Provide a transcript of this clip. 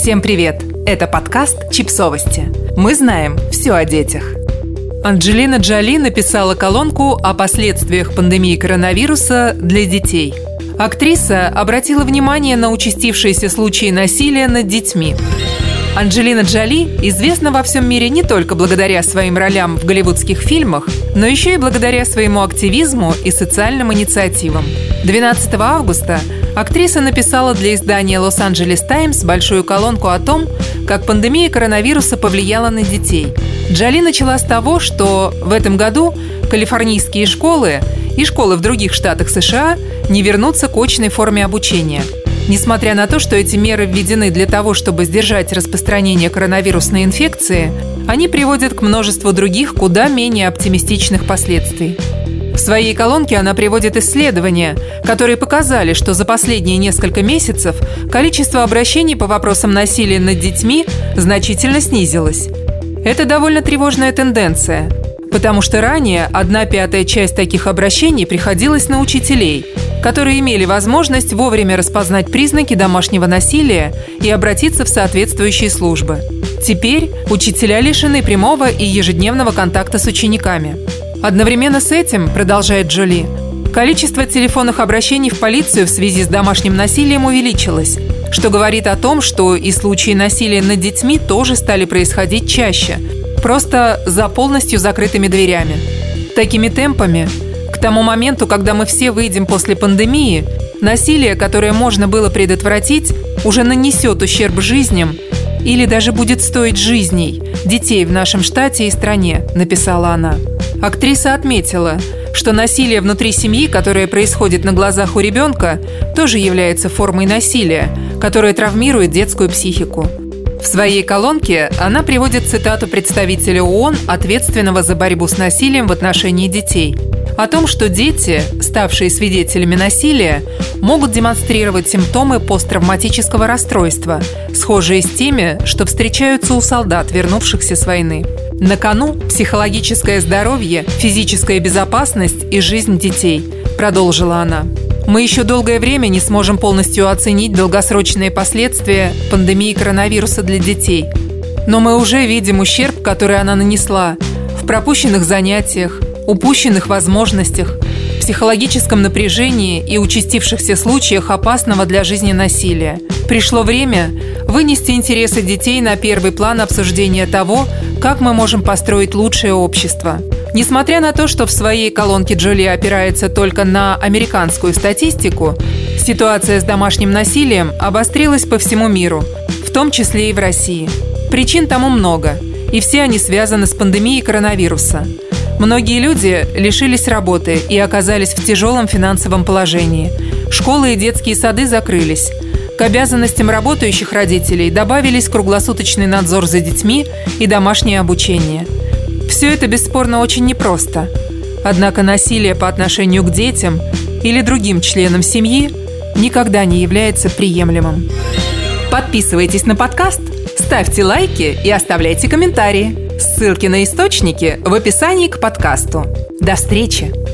Всем привет! Это подкаст «Чипсовости». Мы знаем все о детях. Анджелина Джоли написала колонку о последствиях пандемии коронавируса для детей. Актриса обратила внимание на участившиеся случаи насилия над детьми. Анджелина Джоли известна во всем мире не только благодаря своим ролям в голливудских фильмах, но еще и благодаря своему активизму и социальным инициативам. 12 августа актриса написала для издания Los Angeles Times большую колонку о том, как пандемия коронавируса повлияла на детей. Джоли начала с того, что в этом году калифорнийские школы и школы в других штатах США не вернутся к очной форме обучения. Несмотря на то, что эти меры введены для того, чтобы сдержать распространение коронавирусной инфекции, они приводят к множеству других, куда менее оптимистичных последствий. В своей колонке она приводит исследования, которые показали, что за последние несколько месяцев количество обращений по вопросам насилия над детьми значительно снизилось. Это довольно тревожная тенденция, потому что ранее 1/5 часть таких обращений приходилась на учителей, которые имели возможность вовремя распознать признаки домашнего насилия и обратиться в соответствующие службы. Теперь учителя лишены прямого и ежедневного контакта с учениками. Одновременно с этим, продолжает Джоли, количество телефонных обращений в полицию в связи с домашним насилием увеличилось, что говорит о том, что и случаи насилия над детьми тоже стали происходить чаще, просто за полностью закрытыми дверями. Такими темпами, к тому моменту, когда мы все выйдем после пандемии, насилие, которое можно было предотвратить, уже нанесет ущерб жизням или даже будет стоить жизней детей в нашем штате и стране, написала она. Актриса отметила, что насилие внутри семьи, которое происходит на глазах у ребенка, тоже является формой насилия, которое травмирует детскую психику. В своей колонке она приводит цитату представителя ООН, ответственного за борьбу с насилием в отношении детей, о том, что дети, ставшие свидетелями насилия, могут демонстрировать симптомы посттравматического расстройства, схожие с теми, что встречаются у солдат, вернувшихся с войны. На кону психологическое здоровье, физическая безопасность и жизнь детей, продолжила она. Мы еще долгое время не сможем полностью оценить долгосрочные последствия пандемии коронавируса для детей. Но мы уже видим ущерб, который она нанесла в пропущенных занятиях, упущенных возможностях, психологическом напряжении и участившихся случаях опасного для жизни насилия. Пришло время вынести интересы детей на первый план обсуждения того, как мы можем построить лучшее общество. Несмотря на то, что в своей колонке Джоли опирается только на американскую статистику, ситуация с домашним насилием обострилась по всему миру, в том числе и в России. Причин тому много, и все они связаны с пандемией коронавируса. Многие люди лишились работы и оказались в тяжелом финансовом положении. Школы и детские сады закрылись. К обязанностям работающих родителей добавились круглосуточный надзор за детьми и домашнее обучение. Все это бесспорно очень непросто. Однако насилие по отношению к детям или другим членам семьи никогда не является приемлемым. Подписывайтесь на подкаст, ставьте лайки и оставляйте комментарии. Ссылки на источники в описании к подкасту. До встречи!